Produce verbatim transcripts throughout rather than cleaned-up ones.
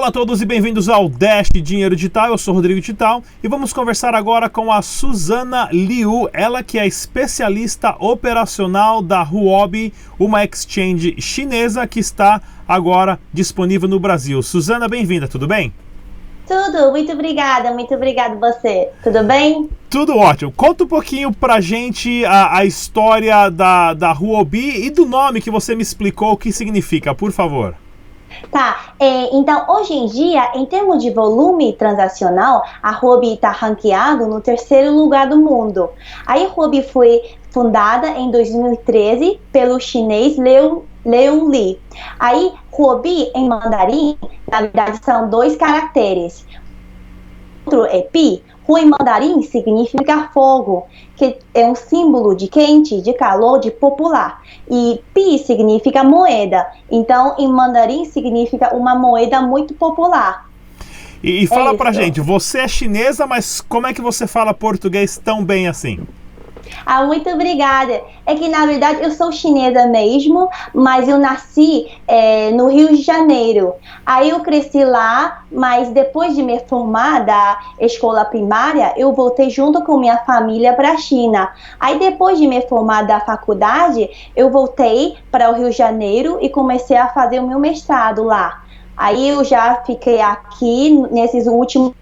Olá a todos e bem-vindos ao Dash Dinheiro Digital. Eu sou Rodrigo Digital e vamos conversar agora com a Suzana Liu, ela que é especialista operacional da Huobi, uma exchange chinesa que está agora disponível no Brasil. Suzana, bem-vinda, tudo bem? Tudo, muito obrigada, muito obrigada você. Tudo bem? Tudo ótimo. Conta um pouquinho pra gente a, a história da, da Huobi e do nome que você me explicou o que significa, por favor. Tá, é, então hoje em dia, em termos de volume transacional, a Huobi está ranqueado no terceiro lugar do mundo. A Huobi foi fundada em dois mil e treze pelo chinês Liu, Liu Li. Aí, Huobi em mandarim, na verdade, são dois caracteres. Outro é Pi. Hu em mandarim significa fogo, que é um símbolo de quente, de calor, de popular. E Pi significa moeda. Então, em mandarim significa uma moeda muito popular. E, e fala é pra gente, você é chinesa, mas como é que você fala português tão bem assim? Ah, muito obrigada. É que, na verdade, eu sou chinesa mesmo, mas eu nasci é, no Rio de Janeiro. Aí eu cresci lá, mas depois de me formar da escola primária, eu voltei junto com minha família para a China. Aí depois de me formar da faculdade, eu voltei para o Rio de Janeiro e comecei a fazer o meu mestrado lá. Aí eu já fiquei aqui nesses últimos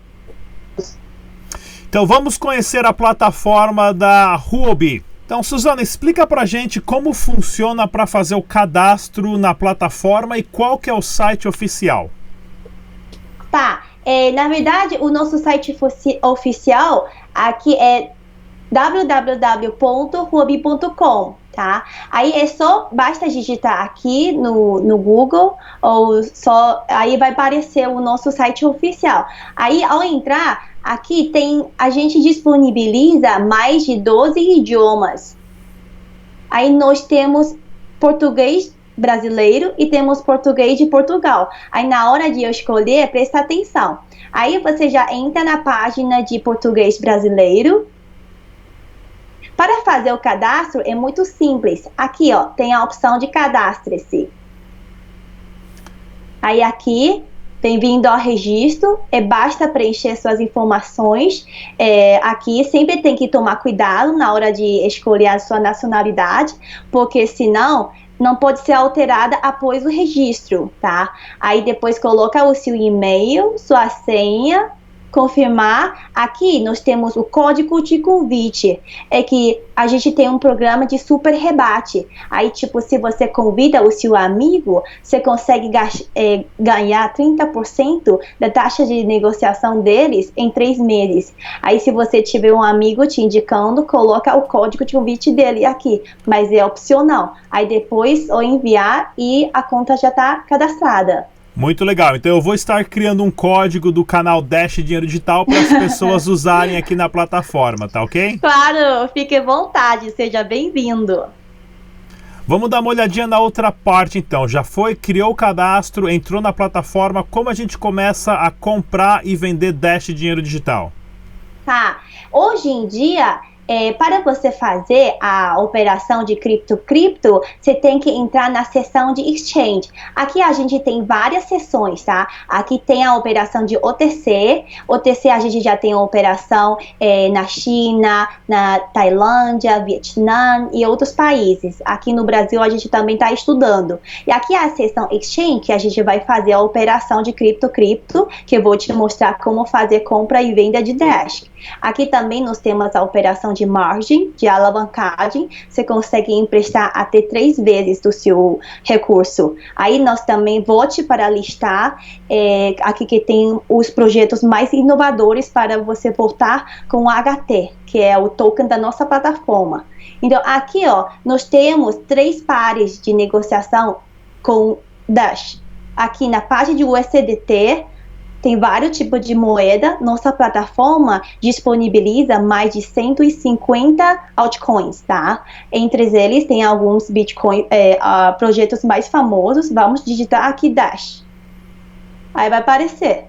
Então vamos conhecer a plataforma da Huobi. Então, Suzana, explica pra gente como funciona para fazer o cadastro na plataforma e qual que é o site oficial. Tá, é, na verdade o nosso site oficial aqui é w w w ponto huobi ponto com, tá? Aí é só, basta digitar aqui no, no Google, ou só, aí vai aparecer o nosso site oficial. Aí ao entrar, aqui tem, a gente disponibiliza mais de doze idiomas. Aí nós temos português brasileiro e temos português de Portugal. Aí na hora de eu escolher, presta atenção. Aí você já entra na página de português brasileiro. Para fazer o cadastro é muito simples. Aqui, ó, tem a opção de cadastre-se. Aí aqui, bem-vindo ao registro. É, basta preencher suas informações. É, aqui sempre tem que tomar cuidado na hora de escolher a sua nacionalidade, porque senão não pode ser alterada após o registro, tá? Aí depois coloca o seu e-mail, sua senha, confirmar. Aqui nós temos o código de convite, é que a gente tem um programa de super rebate. Aí tipo, se você convida o seu amigo, você consegue é, ganhar trinta por cento da taxa de negociação deles em três meses. Aí se você tiver um amigo te indicando, coloca o código de convite dele aqui, mas é opcional. Aí depois ou enviar e a conta já está cadastrada. Muito legal, então eu vou estar criando um código do canal Dash Dinheiro Digital para as pessoas usarem aqui na plataforma, tá ok? Claro, fique à vontade, seja bem-vindo. Vamos dar uma olhadinha na outra parte então, já foi, criou o cadastro, entrou na plataforma, como a gente começa a comprar e vender Dash Dinheiro Digital? Tá, hoje em dia, É, para você fazer a operação de cripto-cripto, você tem que entrar na seção de exchange. Aqui a gente tem várias seções, tá? Aqui tem a operação de O T C. O T C a gente já tem a operação é, na China, na Tailândia, Vietnã e outros países. Aqui no Brasil a gente também está estudando. E aqui é a seção exchange, que a gente vai fazer a operação de cripto-cripto, que eu vou te mostrar como fazer compra e venda de Dash. Aqui também nós temos a operação de margem, de alavancagem. Você consegue emprestar até três vezes do seu recurso. Aí nós também vote para listar, é, aqui que tem os projetos mais inovadores para você votar com o H T, que é o token da nossa plataforma. Então aqui, ó, nós temos três pares de negociação com Dash. Aqui na página de U S D T, tem vários tipos de moeda. Nossa plataforma disponibiliza mais de cento e cinquenta altcoins, tá? Entre eles tem alguns Bitcoin, é, uh, projetos mais famosos. Vamos digitar aqui Dash. Aí vai aparecer.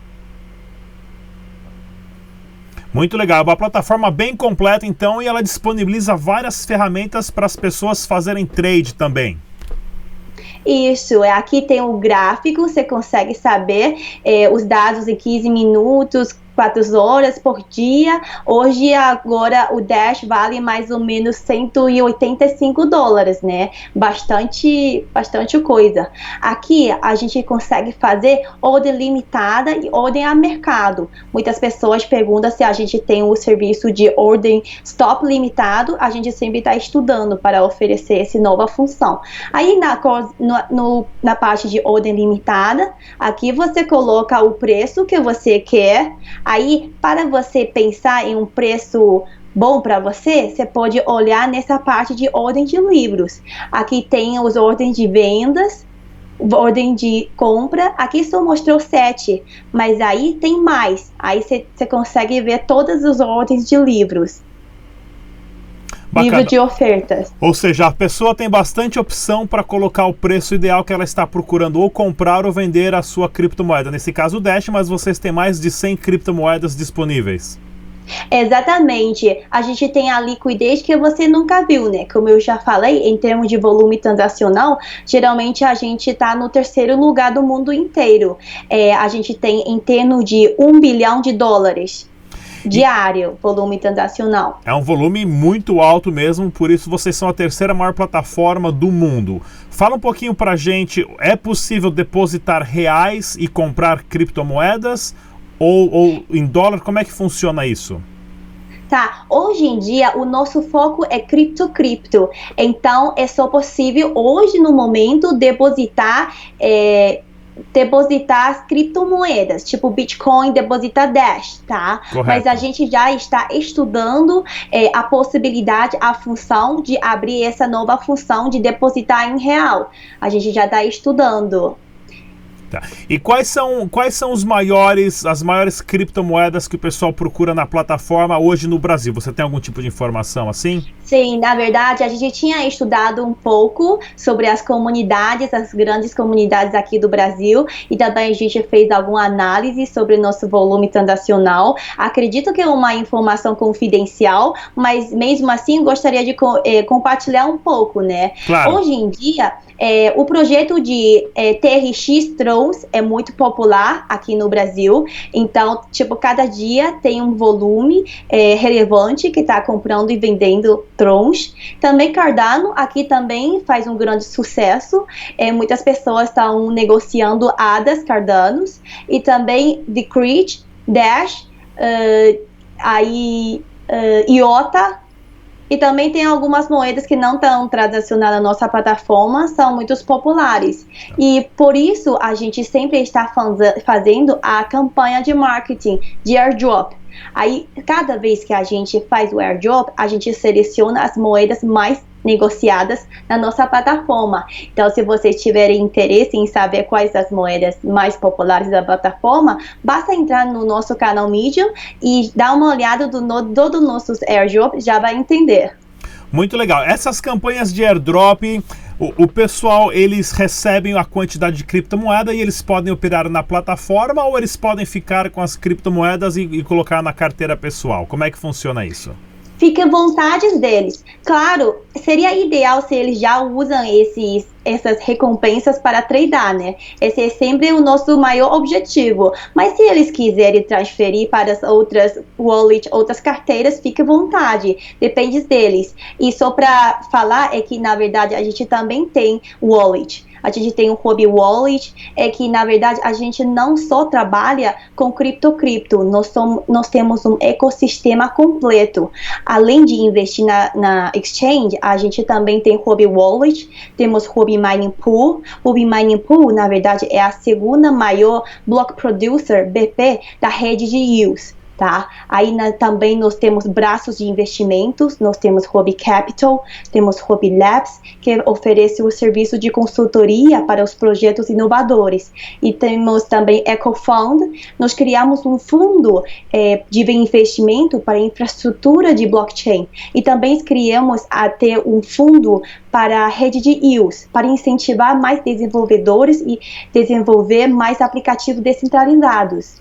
Muito legal, uma plataforma bem completa então, e ela disponibiliza várias ferramentas para as pessoas fazerem trade também. Isso, é, aqui tem o gráfico, você consegue saber é, os dados em quinze minutos, quatro horas por dia. Hoje, agora, o Dash vale mais ou menos cento e oitenta e cinco dólares, né? Bastante, bastante coisa. Aqui, a gente consegue fazer ordem limitada e ordem a mercado. Muitas pessoas perguntam se a gente tem o serviço de ordem stop limitado. A gente sempre está estudando para oferecer essa nova função. Aí, na, no, no, na parte de ordem limitada, aqui você coloca o preço que você quer. Aí, para você pensar em um preço bom para você, você pode olhar nessa parte de ordem de livros. Aqui tem os ordens de vendas, ordem de compra. Aqui só mostrou sete, mas aí tem mais. Aí você, você consegue ver todas as ordens de livros. Bacana. Livro de ofertas. Ou seja, a pessoa tem bastante opção para colocar o preço ideal que ela está procurando ou comprar ou vender a sua criptomoeda. Nesse caso o Dash, mas vocês têm mais de cem criptomoedas disponíveis. Exatamente. A gente tem a liquidez que você nunca viu, né? Como eu já falei, em termos de volume transacional, geralmente a gente está no terceiro lugar do mundo inteiro. É, a gente tem em termos de um bilhão de dólares. Diário, volume transacional. É um volume muito alto mesmo, por isso vocês são a terceira maior plataforma do mundo. Fala um pouquinho pra gente, é possível depositar reais e comprar criptomoedas? Ou, ou em dólar, como é que funciona isso? Tá, hoje em dia o nosso foco é cripto-cripto, então é só possível hoje no momento depositar é, depositar as criptomoedas, tipo Bitcoin, depositar Dash, tá? Correto. Mas a gente já está estudando é, a possibilidade, a função de abrir essa nova função de depositar em real. A gente já está estudando. Tá. E quais são, quais são os maiores, as maiores criptomoedas que o pessoal procura na plataforma hoje no Brasil? Você tem algum tipo de informação assim? Sim, na verdade, a gente tinha estudado um pouco sobre as comunidades, as grandes comunidades aqui do Brasil, e também a gente fez alguma análise sobre o nosso volume transacional. Acredito que é uma informação confidencial, mas mesmo assim gostaria de eh, compartilhar um pouco, né? Claro. Hoje em dia, eh, o projeto de eh, T R X Trons é muito popular aqui no Brasil, então, tipo, cada dia tem um volume eh, relevante que está comprando e vendendo Trons. Também Cardano aqui também faz um grande sucesso. É, muitas pessoas estão negociando A D As Cardanos e também Decreed, Dash, uh, aí uh, Iota. E também tem algumas moedas que não estão transacionadas na nossa plataforma, são muito populares. E por isso a gente sempre está fazendo a campanha de marketing de airdrop. Aí, cada vez que a gente faz o airdrop, a gente seleciona as moedas mais negociadas na nossa plataforma. Então, se vocês tiverem interesse em saber quais as moedas mais populares da plataforma, basta entrar no nosso canal Medium e dar uma olhada do no, todo nossos airdrop, já vai entender. Muito legal. Essas campanhas de airdrop, o, o pessoal, eles recebem a quantidade de criptomoeda e eles podem operar na plataforma ou eles podem ficar com as criptomoedas e, e colocar na carteira pessoal? Como é que funciona isso? Fica à vontade deles. Claro, seria ideal se eles já usam esses, essas recompensas para tradar, né? Esse é sempre o nosso maior objetivo. Mas se eles quiserem transferir para as outras wallets, outras carteiras, fica à vontade. Depende deles. E só para falar é que, na verdade, a gente também tem wallet. A gente tem um Huobi Wallet, é que na verdade a gente não só trabalha com cripto-cripto, nós, somos, nós temos um ecossistema completo. Além de investir na, na exchange, a gente também tem Huobi Wallet, temos Huobi Mining Pool. Huobi Mining Pool, na verdade, é a segunda maior block producer, B P, da rede de yields. Tá? Aí na, também nós temos braços de investimentos, nós temos Huobi Capital, temos Huobi Labs, que oferece o serviço de consultoria para os projetos inovadores. E temos também EcoFund, nós criamos um fundo é, de investimento para infraestrutura de blockchain. E também criamos até um fundo para a rede de yields, para incentivar mais desenvolvedores e desenvolver mais aplicativos descentralizados.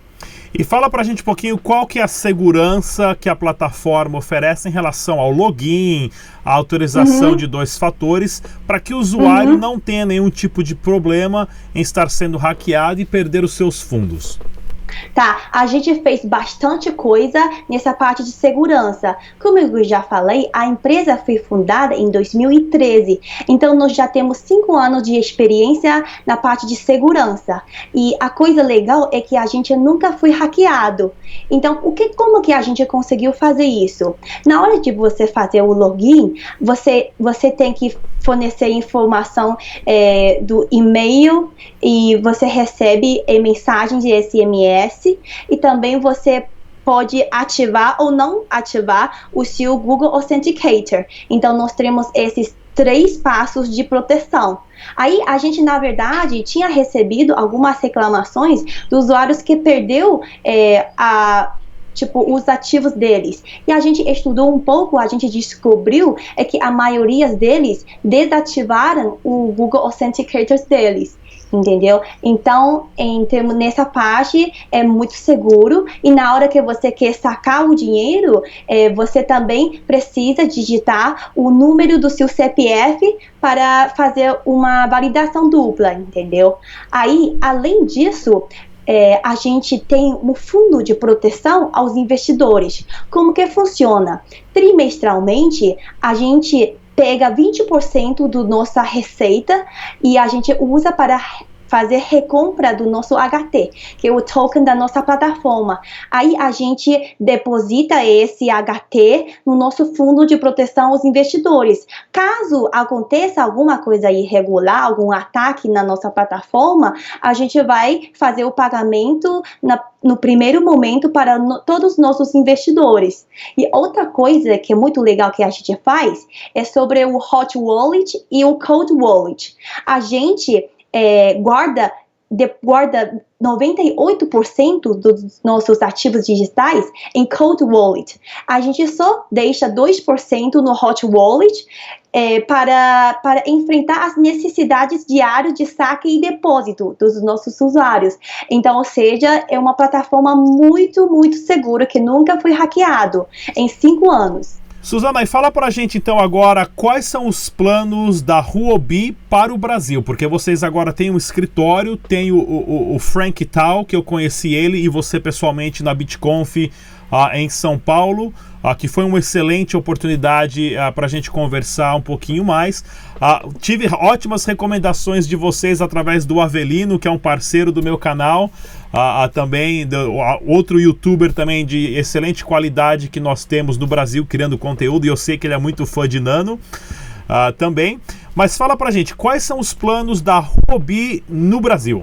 E fala pra gente um pouquinho qual que é a segurança que a plataforma oferece em relação ao login, a autorização uhum. de dois fatores, para que o usuário uhum. não tenha nenhum tipo de problema em estar sendo hackeado e perder os seus fundos. Tá, a gente fez bastante coisa nessa parte de segurança. Como eu já falei, a empresa foi fundada em dois mil e treze, então nós já temos cinco anos de experiência na parte de segurança. E a coisa legal é que a gente nunca foi hackeado. Então, o que, como que a gente conseguiu fazer isso? Na hora de você fazer o login, você, você tem que fornecer informação é, do e-mail e você recebe é, mensagens de S M S e também você pode ativar ou não ativar o seu Google Authenticator. Então nós temos esses três passos de proteção. Aí a gente, na verdade, tinha recebido algumas reclamações dos usuários que perdeu é, a tipo, os ativos deles. E a gente estudou um pouco, a gente descobriu é que a maioria deles desativaram o Google Authenticator deles. Entendeu? Então, em termos, nessa parte, é muito seguro e na hora que você quer sacar o dinheiro, é, você também precisa digitar o número do seu C P F para fazer uma validação dupla, entendeu? Aí, além disso, É, a gente tem um fundo de proteção aos investidores. Como que funciona? Trimestralmente, a gente pega vinte por cento da nossa receita e a gente usa para fazer recompra do nosso H T, que é o token da nossa plataforma. Aí a gente deposita esse H T no nosso fundo de proteção aos investidores. Caso aconteça alguma coisa irregular, algum ataque na nossa plataforma, a gente vai fazer o pagamento na no primeiro momento para no, todos os nossos investidores. E outra coisa que é muito legal que a gente faz é sobre o Hot Wallet e o Cold Wallet. A gente é, guarda, de, guarda noventa e oito por cento dos nossos ativos digitais em Cold Wallet. A gente só deixa dois por cento no Hot Wallet é, para, para enfrentar as necessidades diárias de saque e depósito dos nossos usuários. Então, ou seja, é uma plataforma muito, muito segura que nunca foi hackeado em cinco anos. Suzana, e fala pra gente então agora quais são os planos da Huobi para o Brasil, porque vocês agora têm um escritório, tem o, o, o Frank Tal, que eu conheci ele e você pessoalmente na BitConf uh, em São Paulo, uh, que foi uma excelente oportunidade uh, para a gente conversar um pouquinho mais. Uh, tive ótimas recomendações de vocês através do Avelino, que é um parceiro do meu canal, uh, uh, também do, uh, outro youtuber também de excelente qualidade que nós temos no Brasil criando conteúdo, e eu sei que ele é muito fã de Nano uh, também. Mas fala pra gente, quais são os planos da Huobi no Brasil?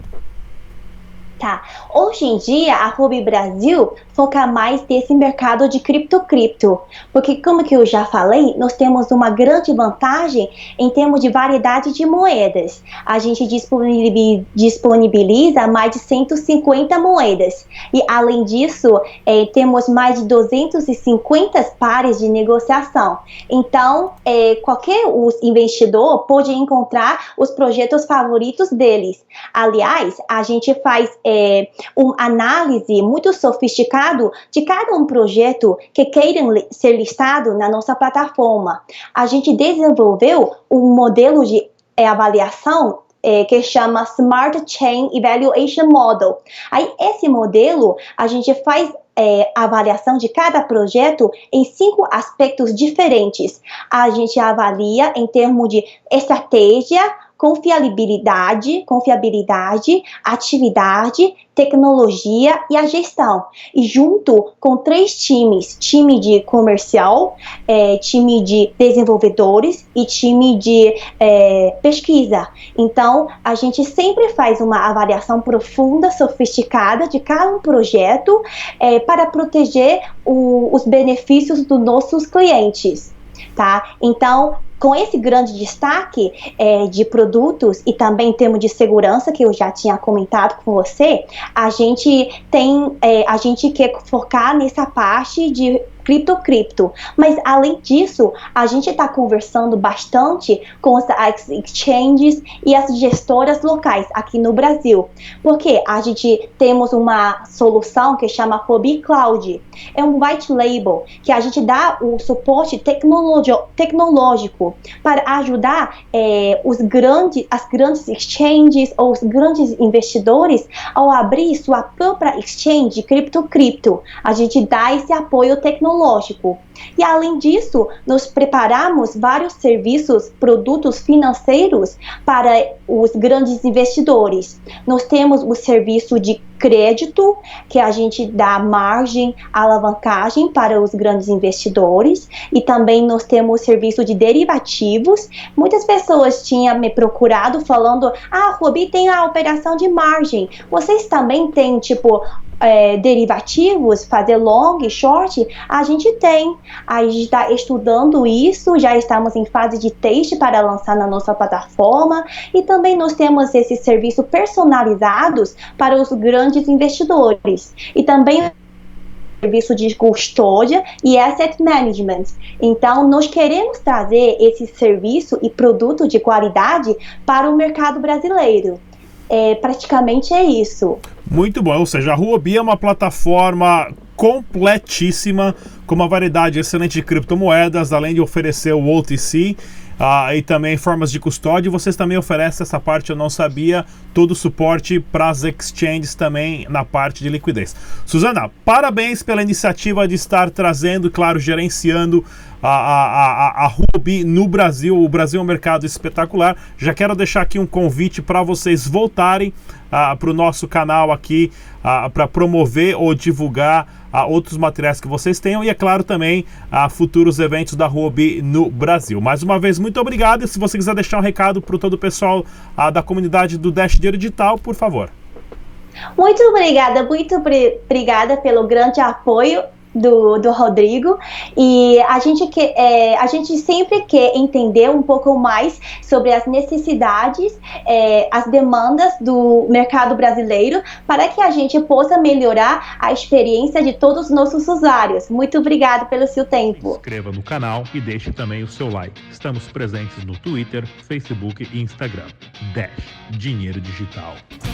Tá. Hoje em dia, a Huobi Brasil foca mais nesse mercado de cripto-cripto, porque como que eu já falei, nós temos uma grande vantagem em termos de variedade de moedas. A gente disponibiliza mais de cento e cinquenta moedas e, além disso, é, temos mais de duzentos e cinquenta pares de negociação. Então, é, qualquer investidor pode encontrar os projetos favoritos deles. Aliás, a gente faz é, uma análise muito sofisticada de cada um projeto que queiram ser listado na nossa plataforma. A gente desenvolveu um modelo de é, avaliação é, que chama Smart Chain Evaluation Model. Aí, esse modelo, a gente faz É, a avaliação de cada projeto em cinco aspectos diferentes. A gente avalia em termos de estratégia, confiabilidade, confiabilidade, atividade, tecnologia e a gestão. E junto com três times, time de comercial, é, time de desenvolvedores e time de é, pesquisa. Então, a gente sempre faz uma avaliação profunda, sofisticada de cada um projeto é, para proteger o, os benefícios dos nossos clientes. Tá? Então, com esse grande destaque é, de produtos e também em termos de segurança, que eu já tinha comentado com você, a gente tem, é, a gente quer focar nessa parte de cripto cripto. Mas além disso, a gente está conversando bastante com as exchanges e as gestoras locais aqui no Brasil, porque a gente temos uma solução que chama Huobi Cloud. É um white label que a gente dá o suporte tecnológico para ajudar é, os grandes, as grandes exchanges ou os grandes investidores ao abrir sua própria exchange cripto cripto. A gente dá esse apoio tecnológico. E além disso, nós preparamos vários serviços, produtos financeiros para os grandes investidores. Nós temos o serviço de crédito, que a gente dá margem, alavancagem para os grandes investidores, e também nós temos o serviço de derivativos. Muitas pessoas tinham me procurado falando: ah, Huobi tem a operação de margem, vocês também têm, tipo, É, derivativos, fazer long, short? A gente tem, a gente está estudando isso, já estamos em fase de teste para lançar na nossa plataforma, e também nós temos esses serviços personalizados para os grandes investidores, e também serviço de custódia e asset management. Então, nós queremos trazer esse serviço e produto de qualidade para o mercado brasileiro. É, praticamente é isso. Muito bom, ou seja, a Huobi é uma plataforma completíssima, com uma variedade excelente de criptomoedas, além de oferecer o O T C uh, e também formas de custódia. Vocês também oferecem essa parte, eu não sabia, todo o suporte para as exchanges também na parte de liquidez. Suzana, parabéns pela iniciativa de estar trazendo, claro, gerenciando a, a, a, a Huobi no Brasil. O Brasil é um mercado espetacular. Já quero deixar aqui um convite para vocês voltarem uh, para o nosso canal aqui uh, para promover ou divulgar uh, outros materiais que vocês tenham, e é claro também uh, futuros eventos da Huobi no Brasil. Mais uma vez, muito obrigado, e se você quiser deixar um recado para todo o pessoal uh, da comunidade do Dash Dinheiro Digital, por favor. Muito obrigada, muito obrigada pelo grande apoio Do, do Rodrigo, e a gente, que, é, a gente sempre quer entender um pouco mais sobre as necessidades, é, as demandas do mercado brasileiro, para que a gente possa melhorar a experiência de todos os nossos usuários. Muito obrigado pelo seu tempo. Se inscreva no canal e deixe também o seu like. Estamos presentes no Twitter, Facebook e Instagram. Dash Dinheiro Digital.